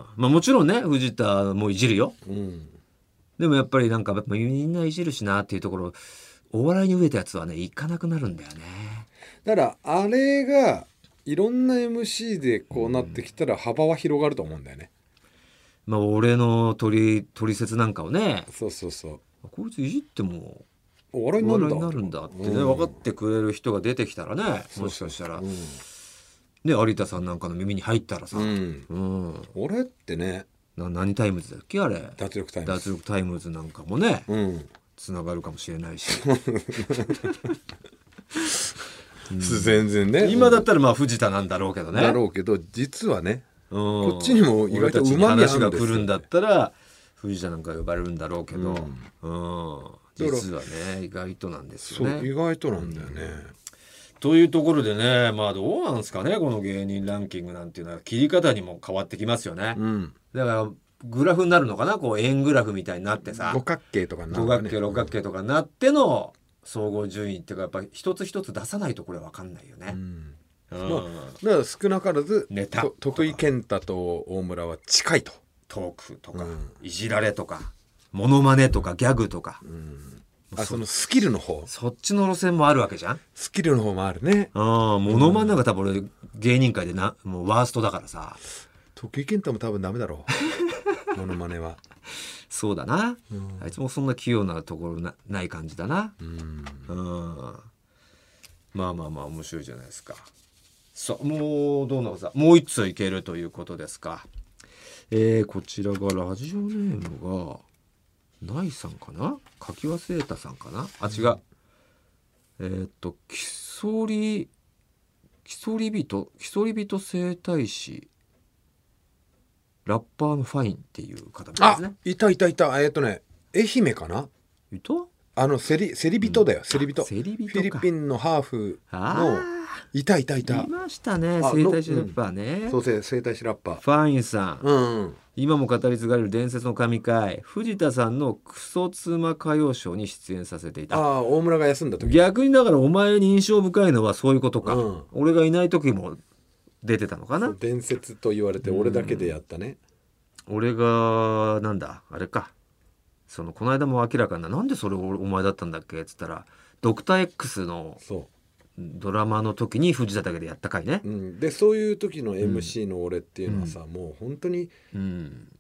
Speaker 1: まあもちろんね藤田もいじるよ、うん、でもやっぱりなんかみんないじるしなっていうところ、お笑いに飢えたやつはね行かなくなるんだよね。
Speaker 2: だからあれがいろんな エムシー でこうなってきたら幅は広がると思うんだよね。
Speaker 1: まあ俺の取取説なんかをね、そう
Speaker 2: そうそう、
Speaker 1: こいついじっても
Speaker 2: お笑いになるんだ、
Speaker 1: になるんだってね、うん、分かってくれる人が出てきたらね、もしかしたら、うん、ね、有田さんなんかの耳に入ったらさ、うん
Speaker 2: うん、俺ってね
Speaker 1: な何タイムズだっけあれ、
Speaker 2: 脱力タイムズ、
Speaker 1: 脱力タイムズなんかもね、うん、つながるかもしれないし
Speaker 2: うん、全然ね、
Speaker 1: 今だったらまあ藤田なんだろうけどね、
Speaker 2: だろうけど実はね、うん、こっちにも意外とうまみ
Speaker 1: 話が来るんだったら藤田なんか呼ばれるんだろうけど、うんうん、実はね意外となんですよね。
Speaker 2: そう意外となんだよね、うん、
Speaker 1: というところでね、まあどうなんですかね、この芸人ランキングなんていうのは切り方にも変わってきますよね、うん、だからグラフになるのかな、こう円グラフみたいになってさ、
Speaker 2: 五角形とかにな
Speaker 1: る、ね、五角形六角形とかになっての総合順位っていうか、やっぱり一つ一つ出さないとこれ分かんないよね、うん
Speaker 2: うん、まあ、だから少なからずネタ徳井健太と大村は近いと、
Speaker 1: トークとか、うん、いじられとかモノマネとかギャグとか、うん、
Speaker 2: あそのスキルの方、
Speaker 1: そっちの路線もあるわけじゃん。
Speaker 2: スキルの方もあるね。
Speaker 1: ああ、モノマネなんか多分俺芸人界でなもうワーストだからさ。
Speaker 2: 徳井健太も多分ダメだろうモノマネは。
Speaker 1: そうだな、うん、あいつもそんな器用なところ な, ない感じだな、うん、うん、まあまあまあ面白いじゃないですか。さあもうどうなのさ、もう一通いけるということですか。えー、こちらがラジオネームがナイさんかな、書き忘れたさんかな、あ違う、えー、っとキソリキソリ人キソリ人整体師ラッパーのファインっていう方ですね。
Speaker 2: あ、いたいたいた、えっとね愛媛かな、
Speaker 1: いた、
Speaker 2: あのセリセリ人だよ、セリ人、
Speaker 1: セリ人か、
Speaker 2: フィリピンのハーフのいたいたいた、
Speaker 1: いましたね、整体師ラッパーね、
Speaker 2: うん、そうせ整体師ラッパー
Speaker 1: ファインさん、うんうん、今も語り継がれる伝説の神回藤田さんのクソ妻歌謡ショーに出演させていた。
Speaker 2: ああ、大村が休んだ時。
Speaker 1: 逆にだからお前に印象深いのはそういうことか、うん、俺がいない時も出てたのかな。
Speaker 2: 伝説と言われて俺だけでやったね、
Speaker 1: うん、俺がなんだあれか、そのこの間も明らかな、なんでそれお前だったんだっけっつったらドクター X のドラマの時に藤田だけでやった回ね、
Speaker 2: うん、でそういう時の エムシー の俺っていうのはさ、うん、もう本当に、うん、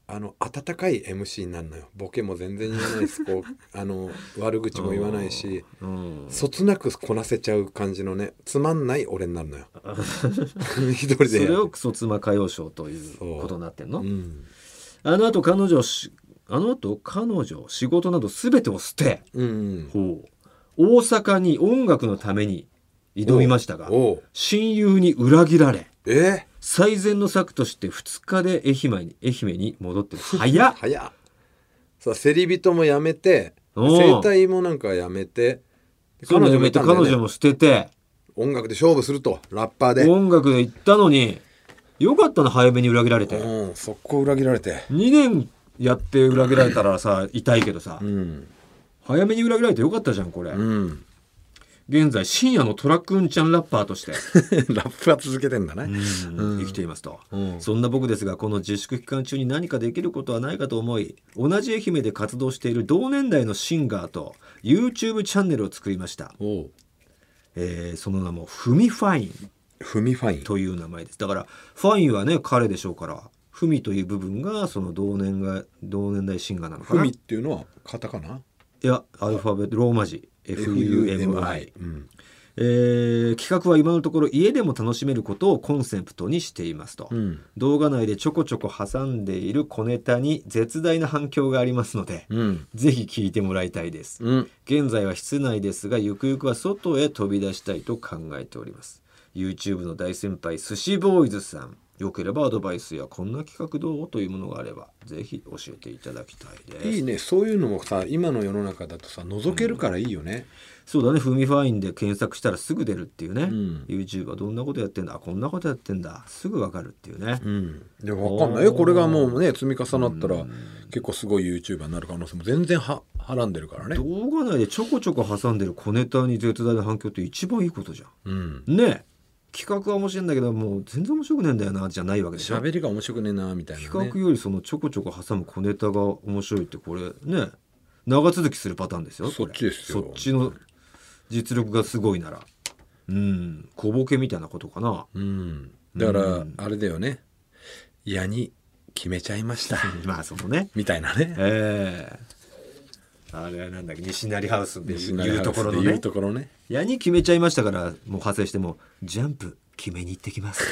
Speaker 2: あの温かい エムシー になるのよ。ボケも全然言わないしこうあの悪口も言わないし、そつなくこなせちゃう感じのね、つまんない俺になるのよ一人で
Speaker 1: それをクソ妻歌謡ショーということになってんの、うん、あの後彼女あの後彼女仕事など全てを捨て、うんうん、ほう大阪に音楽のために挑みましたが親友に裏切られ、え最善の策としてふつかで愛媛に愛媛に戻ってる。早っ
Speaker 2: 早っ。さあ競り人もやめて整体もなんかやめて
Speaker 1: 彼女もやめて彼女も捨てて
Speaker 2: 音楽で勝負するとラッパーで
Speaker 1: 音楽で行ったのによかったの早めに裏切られて、
Speaker 2: うん、速攻裏切られて
Speaker 1: にねんやって裏切られたらさ痛いけどさ、うん、早めに裏切られてよかったじゃんこれ、うん、現在深夜のトラックンちゃんラッパーとして
Speaker 2: ラップは続けてんだね、
Speaker 1: うん、生きていますと、うん、そんな僕ですがこの自粛期間中に何かできることはないかと思い同じ愛媛で活動している同年代のシンガーと YouTube チャンネルを作りました、えー、その名もフミファイン
Speaker 2: フミファイン
Speaker 1: という名前です。だからファインはね彼でしょうからフミという部分がその同年が同年代シンガーなのかな。
Speaker 2: フミっていうのはカタカナ？
Speaker 1: いやアルファベットローマ字 エフユーエムアイ、うん、えー、企画は今のところ家でも楽しめることをコンセプトにしていますと、うん、動画内でちょこちょこ挟んでいる小ネタに絶大な反響がありますので、うん、ぜひ聞いてもらいたいです、うん、現在は室内ですがゆくゆくは外へ飛び出したいと考えております。 YouTube の大先輩寿司ボーイズさん、よければアドバイスやこんな企画どうというものがあればぜひ教えていただきたいです。
Speaker 2: いいね、そういうのもさ今の世の中だとさ覗けるからいいよね、うん、
Speaker 1: そうだね。フミファインで検索したらすぐ出るっていうね、うん、YouTube はどんなことやってんだこんなことやってんだすぐ分かるっていうね、うん、
Speaker 2: でも分かんないよこれがもうね積み重なったら、うん、結構すごい YouTuber になる可能性も全然ははらんでるからね。
Speaker 1: 動画内でちょこちょこ挟んでる小ネタに絶大な反響って一番いいことじゃん、うん、ね。企画は面白いんだけどもう全然面白くねえんだよなじゃないわけでしょ。
Speaker 2: 喋りが面白くねえなみたいな、ね、
Speaker 1: 企画よりそのちょこちょこ挟む小ネタが面白いってこれね長続きするパターンですよ。
Speaker 2: そっちですよ。
Speaker 1: そっちの実力がすごいならうん小ボケみたいなことかな、うん、
Speaker 2: だからあれだよね、矢に決めちゃいました
Speaker 1: まあそのね
Speaker 2: みたいなね、え
Speaker 1: ー、あれはなんだっけ西成ハウスでいうところのね
Speaker 2: 言うところね
Speaker 1: 矢に決めちゃいましたからもう派生してもジャンプ決めに行ってきます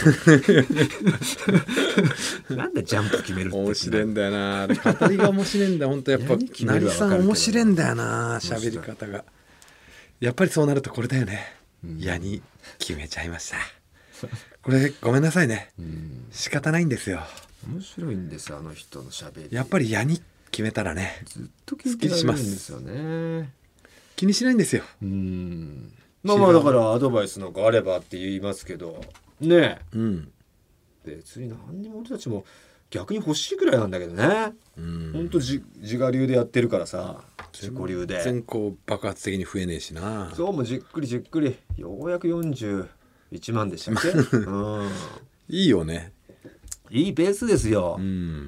Speaker 1: なんだジャンプ決めるって
Speaker 2: 面白いんだよな語りが面白いんだ本当やっぱ成さん面白いんだよな喋り方がやっぱりそうなるとこれだよね、うん、矢に決めちゃいましたこれごめんなさいね、うん、仕方ないんですよ。
Speaker 1: 面白いんですあの人の喋り。
Speaker 2: やっぱり矢に決めたらね
Speaker 1: ずっと聞いてられるんですよね。
Speaker 2: 気にしないんですよ。
Speaker 1: うんまあまあだからアドバイスなんかあればって言いますけどねえ、うん、別に何にも俺たちも逆に欲しいくらいなんだけどね、うん、ほんと自我流でやってるからさ自己流で
Speaker 2: 全然こう爆発的に増えねえしな。
Speaker 1: そうもうじっくりじっくりようやくよんじゅういちまんでしたっけ、うん、
Speaker 2: いいよね
Speaker 1: いいペースですよ、うん、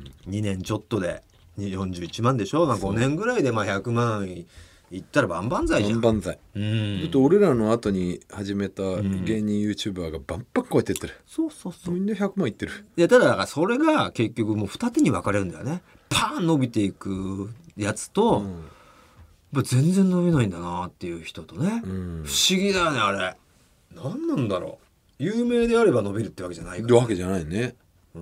Speaker 1: にねんちょっとでよんじゅういちまんでしょ、まあ、ごねんぐらいでまあひゃくまんい言ったら万々歳じゃん。
Speaker 2: 万々歳、うん、だって俺らの後に始めた芸人 YouTuber がバンバン超えてってる、うん、そうそうそうみんなひゃくまんいってる。
Speaker 1: いやただだからそれが結局もう二手に分かれるんだよね。パーン伸びていくやつと、うん、全然伸びないんだなっていう人とね、うん、不思議だよねあれ。何なんだろう。有名であれば伸びるってわけじゃないから、
Speaker 2: ね、わけじゃないね。うん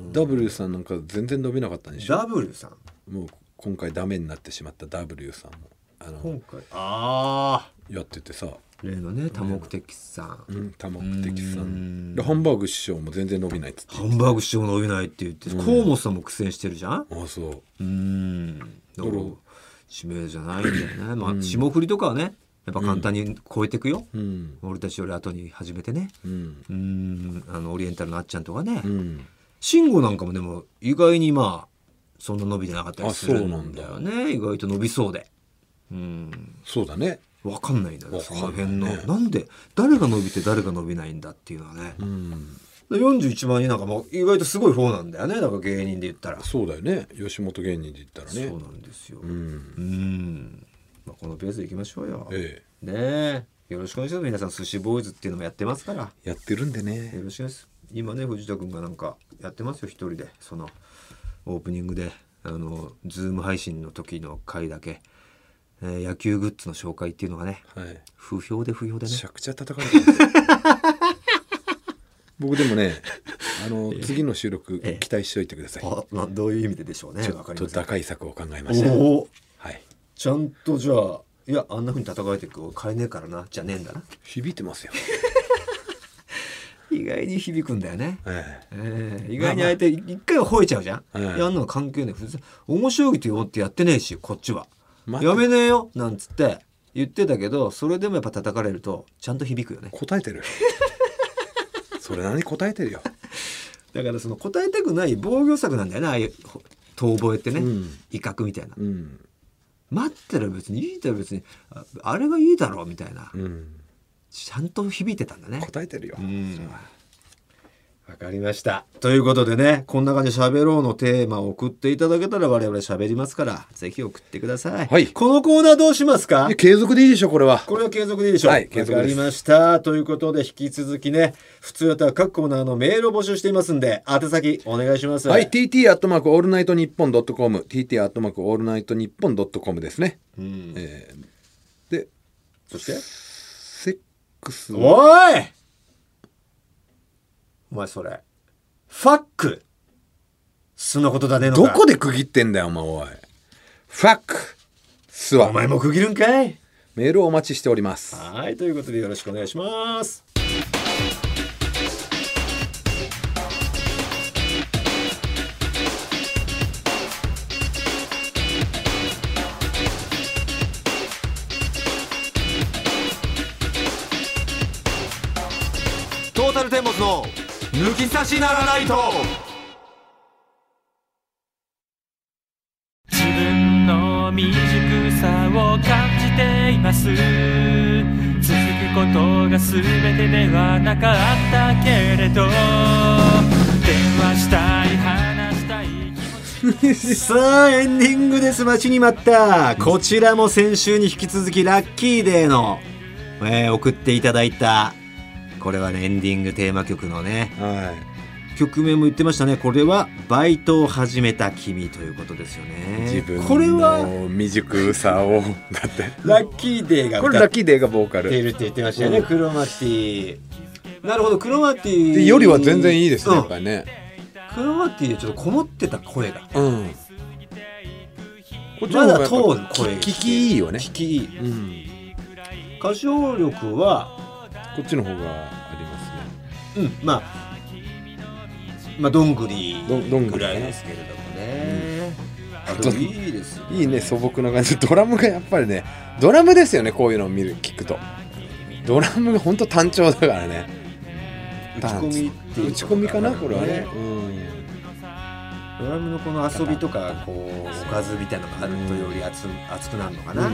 Speaker 2: W さんなんか全然伸びなかったんでしょ。
Speaker 1: W さん
Speaker 2: もう今回ダメになってしまった W さんもあの
Speaker 1: 今回あ
Speaker 2: やっててさ
Speaker 1: 例のね多目的さん、
Speaker 2: うん、多目的さんでハンバーグ師匠も全然伸びないっつって
Speaker 1: ハンバーグ師匠も伸びないって言って、うん、河本さんも苦戦してるじゃん。あ
Speaker 2: あそう
Speaker 1: うんだから指名じゃないんだよね、まあ、霜降りとかはねやっぱ簡単に超えていくよ、うん、俺たちより後に始めてね、うん、うんあのオリエンタルのあっちゃんとかね、うん、慎吾なんかもでも意外にまあそんな伸びてなかったりするんだよね。意外と伸びそうでうん、
Speaker 2: そうだね
Speaker 1: 分かんないんだよ、ね、その辺のなんで誰が伸びて誰が伸びないんだっていうのはね、うん、よんじゅういちまん人なんかも意外とすごい方なんだよね。だから芸人で言ったら
Speaker 2: そうだよね。吉本芸人で言ったらね
Speaker 1: そうなんですよ、うんうんまあ、このペースでいきましょうよ、ええ、ねえよろしくお願いします。皆さん寿司ボーイズっていうのもやってますから
Speaker 2: やってるんでね
Speaker 1: よろしくお願いします。今ね藤田君がなんかやってますよ一人でそのオープニングであのズーム配信の時の回だけ、えー、野球グッズの紹介っていうのがね、はい、不評で不評でね、
Speaker 2: めちゃくちゃ叩かれてますよ僕でもねあの、えー、次の収録、えー、期待しておいてください。
Speaker 1: あ、まあ、どういう意味ででしょうね。
Speaker 2: ちょっと打開策を考えました。
Speaker 1: お、はい、ちゃんとじゃあいやあんな風に叩かれていく買えねえからなじゃねえんだな。
Speaker 2: 響いてますよ
Speaker 1: 意外に響くんだよね、えええー、意外に相手一回は吠えちゃうじゃん、ええ、やんの関係ねえ、面白いって思ってやってねえしこっちはやめねえよなんつって言ってたけど、それでもやっぱ叩かれるとちゃんと響くよね。
Speaker 2: 答えてるそれ何答えてるよ
Speaker 1: だからその答えたくない防御策なんだよね、ああいう遠吠えってね、うん、威嚇みたいな、うん、待ってる別にいいだろ別に あ, あれがいいだろうみたいな、うん、ちゃんと響いてたんだね。
Speaker 2: 答えてるよ。
Speaker 1: わかりました。ということでね、こんな感じで喋ろうのテーマを送っていただけたら我々喋りますから、ぜひ送ってください。はい。このコーナーどうしますか？
Speaker 2: 継続でいいでしょこれは。
Speaker 1: これは継続でいいでしょう。はい、継続です。わかりました。ということで引き続きね、普通やったら各コーナーのメールを募集していますんで、宛先お願いします。
Speaker 2: はい、ティーティー アットマークオールナイトニッポンドットコム、ティーティー アットマークオールナイトニッポンドットコムですね。うん。えー、で、
Speaker 1: そして
Speaker 2: セックス。
Speaker 1: おい。お前それ。ファックスのことだねのか。
Speaker 2: どこで区切ってんだよお前。おいファックスは
Speaker 1: お前も区切るんかい。
Speaker 2: メールをお待ちしております。
Speaker 1: はい、ということでよろしくお願いします。トータルテンボスの抜き差しならないと。
Speaker 3: 自分の未熟さを感じています。続くことが全てではなかったけれど、電話したい話したい気持ち
Speaker 1: さあエンディングです。待ちに待ったこちらも先週に引き続きラッキーデーの、えー、送っていただいたこれはねエンディングテーマ曲のね、はい、曲名も言ってましたね。これはバイトを始めた君ということですよね。
Speaker 2: 自分の未熟さをだって
Speaker 1: ラッキーデーが
Speaker 2: これラッキーデーがボーカル
Speaker 1: っているって言ってましたよね、うん、クロマティ。なるほど、クロマティ
Speaker 2: よりは全然いいですね、うん、やっぱりね。
Speaker 1: クロマティでちょっとこもってた声が、うん、
Speaker 2: こっちの方が通る声聞きいいよね。
Speaker 1: 聞きいい、うん、歌唱力は
Speaker 2: こっちの方があります
Speaker 1: ね。うん、まあまあどんぐりぐらいですけれどもね。うん、あといいですよね。
Speaker 2: いいね、素朴な感じ。ドラムがやっぱりね、ドラムですよね。こういうのを見る聞くと、ドラムが本当単調だからね。
Speaker 1: 打ち込みっていう、
Speaker 2: 打ち込みかなこれはね。うん、
Speaker 1: ドラムのこの遊びとかこうおかずみたいなのがあるとより熱熱くなるのかな。うん、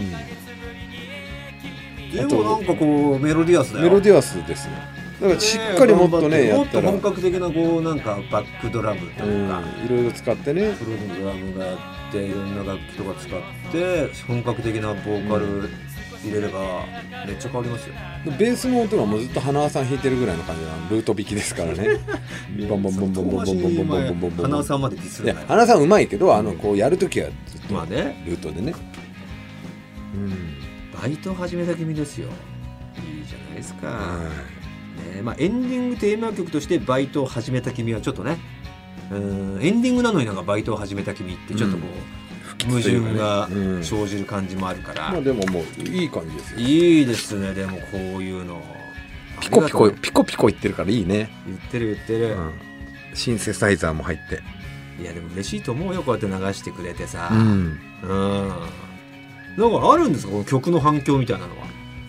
Speaker 1: でもなんかこうメロディアスだよ。
Speaker 2: メロディアスですね。だからしっかりもっとね、やったら
Speaker 1: もっと本格的なこうなんかバックドラムとか、うん、
Speaker 2: いろいろ使ってね、
Speaker 1: プロのドラムがやっていろんな楽器とか使って本格的なボーカル入れればめっちゃ変わりますよ。
Speaker 2: ベースの音がもうずっと花輪さん弾いてるぐらいの感じなルート弾きですからね。ボンボンボンボンボンボンボンボンボンボンボンボン。
Speaker 1: 花輪さんまでディスる。いや
Speaker 2: 花輪さんうまいけど、あのこうやるときはずっとルートでね。
Speaker 1: うん。バイト始めた君ですよ。いいじゃないですか。ね、まあエンディングテーマ曲としてバイトを始めた君はちょっとね、うん、エンディングなのになんかバイトを始めた君ってちょっとこう、うん、矛盾が生じる感じもあるから、うん、
Speaker 2: まあでももういい感じですよ。
Speaker 1: いいですね。でもこういうの
Speaker 2: ピコピコ、ね、ピコピコ言ってるからいいね。
Speaker 1: 言ってる言ってる、うん、
Speaker 2: シンセサイザーも入って。
Speaker 1: いやでも嬉しいと思うよ、こうやって流してくれてさ、うん、うん、なんかあるんですかこの曲の反響みたいなのは。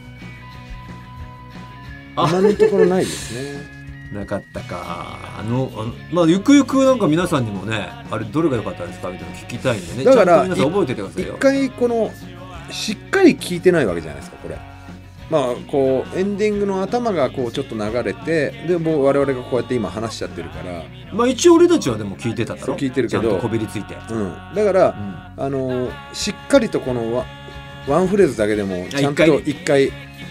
Speaker 2: 今のところないですね。
Speaker 1: なかったか。あの、あのまあゆくゆくなんか皆さんにもね、あれどれが良かったですかみたいなの聞きたいんでね。
Speaker 2: だから
Speaker 1: ちゃんと皆さん覚えててくださいよ。
Speaker 2: 一回このしっかり聞いてないわけじゃないですかこれ。まあこうエンディングの頭がこうちょっと流れて、でもう我々がこうやって今話しちゃってるから。
Speaker 1: まあ一応俺たちはでも聞いてただろ。
Speaker 2: そう聞いてるけど、ちゃん
Speaker 1: とこびりついて。
Speaker 2: うん。だから、うん、あのしっかりとこのワワンフレーズだけでもちゃんと一回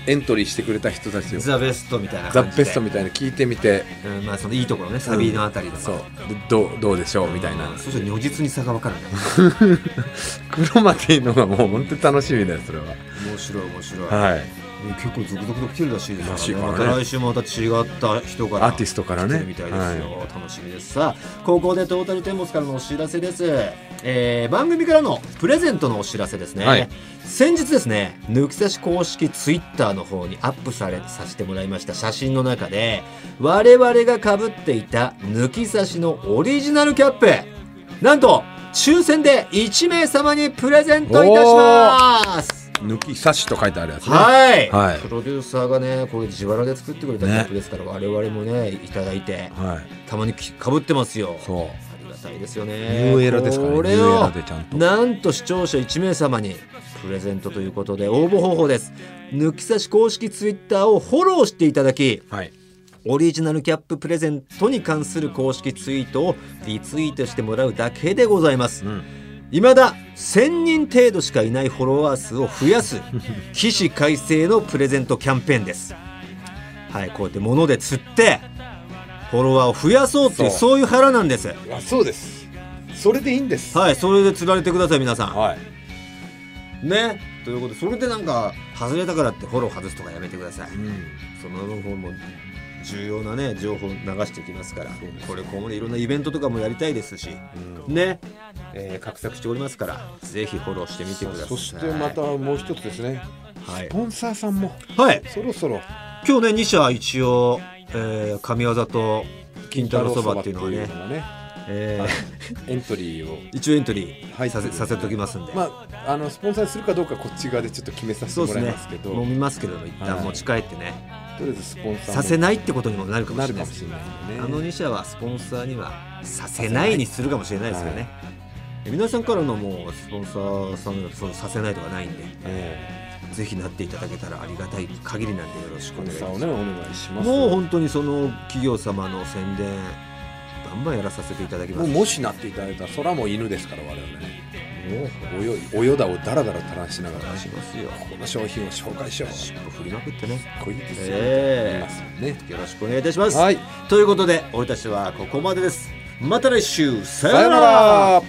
Speaker 2: エントリーしてくれた人たちを
Speaker 1: ザ・ベストみたいな
Speaker 2: ザ・
Speaker 1: 感じで
Speaker 2: ベストみたいな聞いてみて、
Speaker 1: うん、まあそのいいところね、サビのあたりとか、
Speaker 2: そうでどうどうでしょうみたいな、
Speaker 1: うん、そして如実に差が分かるね
Speaker 2: クロマティのがもう本当に楽しみだよそれは。
Speaker 1: 面白い面白い、
Speaker 2: はい、
Speaker 1: 結構続々と来てるらしいですからね。
Speaker 2: らしいからね、
Speaker 1: また来週もまた違った人から
Speaker 2: アーティストからね
Speaker 1: 来てるみたいですよ、はい、楽しみです。さあここでトータルテンボスからのお知らせです。えー、番組からのプレゼントのお知らせですね、はい、先日ですね抜き差し公式ツイッターの方にアップされさせてもらいました写真の中で、我々が被っていた抜き差しのオリジナルキャップ、なんと抽選でいちめい様にプレゼントいたします。
Speaker 2: 抜き差しと書いてあるやつね、
Speaker 1: はい、
Speaker 2: はい、
Speaker 1: プロデューサーがねこれ自腹で作ってくれたキャップですから、ね、我々もねいただいて、はい、たまにかぶってますよ。そうありがたいですよね。
Speaker 2: ニューエラですからね。
Speaker 1: これをなんと視聴者いちめい様にプレゼントということで、応募方法です。抜き差し公式ツイッターをフォローしていただき、はい、オリジナルキャッププレゼントに関する公式ツイートをリツイートしてもらうだけでございます、うん、未だせんにん程度しかいないフォロワー数を増やす起死回生のプレゼントキャンペーンです。はい、こうやって物で釣ってフォロワーを増やそうっていう、そういう腹なんです。
Speaker 2: あ、そうです。それでいいんです。
Speaker 1: はい、それで釣られてください皆さん、
Speaker 2: はい
Speaker 1: ね、ということで、それでなんか外れたからってフォロー外すとかやめてください、うん、その方も重要なね情報を流していきますから、これ今後でいろんなイベントとかもやりたいですし、うん、ね、えー、画策しておりますから、ぜひフォローしてみてください。
Speaker 2: そしてまたもう一つですね、はい、スポンサーさんも、
Speaker 1: はい、
Speaker 2: そろそろ
Speaker 1: 今日ねに社一応、えー、神業と金太郎そばっていうのはね、え
Speaker 2: ー、エントリーを
Speaker 1: 一応エントリーさせ、させておきますんで、
Speaker 2: まあ、あのスポンサーするかどうかこっち側でちょっと決めさせてもらいますけど、
Speaker 1: 飲みますけども一旦持ち帰ってね、
Speaker 2: はい、とりあえずスポンサー
Speaker 1: させないってことにもなるかもしれないですね。
Speaker 2: ね、
Speaker 1: あのに社はスポンサーにはさせないにするかもしれないですよね、はい、皆さんからのもうスポンサーさんがそのさせないとかないんで、えー、ぜひなっていただけたらありがたい限りなんでよろしくお願いします。
Speaker 2: ね、お願いします。
Speaker 1: もう本当にその企業様の宣伝バンバンやらさせていただきます。
Speaker 2: もうもしなっていただいたらそらもう犬ですから我々ね、およだをダラダラ垂らしながら、ね、
Speaker 1: しますよ、
Speaker 2: この商品を紹介しよう、
Speaker 1: 尻尾振りまくってね、
Speaker 2: かっこいいですよ、
Speaker 1: えー
Speaker 2: ね、
Speaker 1: よろしくお願いいたします、
Speaker 2: はい、
Speaker 1: ということで俺たちはここまでです。また来週、さ
Speaker 2: よなら。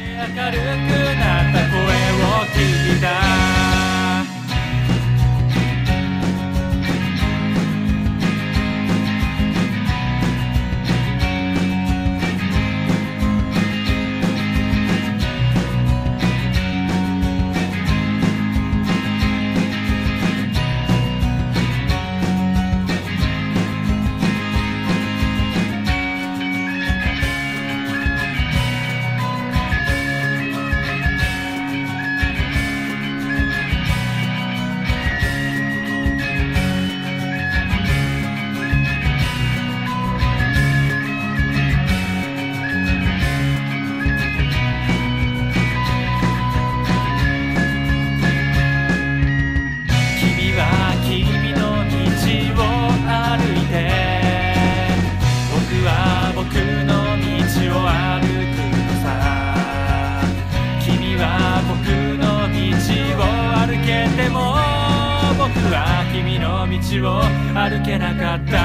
Speaker 3: 歩けなかった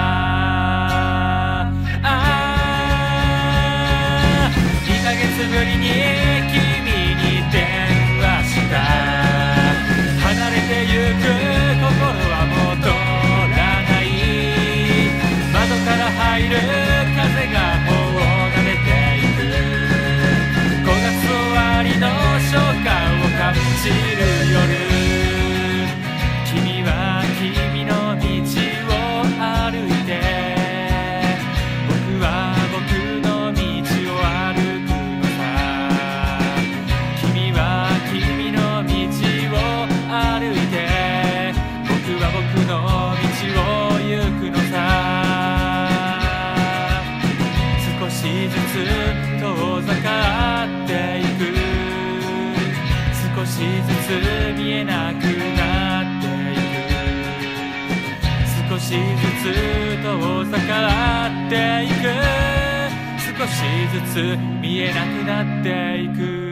Speaker 3: あにかげつぶりに君に電話した。離れてゆく心は戻らない。窓から入る風がもう慣れていく。ごがつ終わりの初夏を感じる夜、君は君の道を歩いて、僕は僕の道を歩くのさ。君は君の道を歩いて、僕は僕の道を行くのさ。少しずつ遠ざかっていく。少しずつ見えなくなっていく。少しずつ遠ざかっていく。少しずつ見えなくなっていく。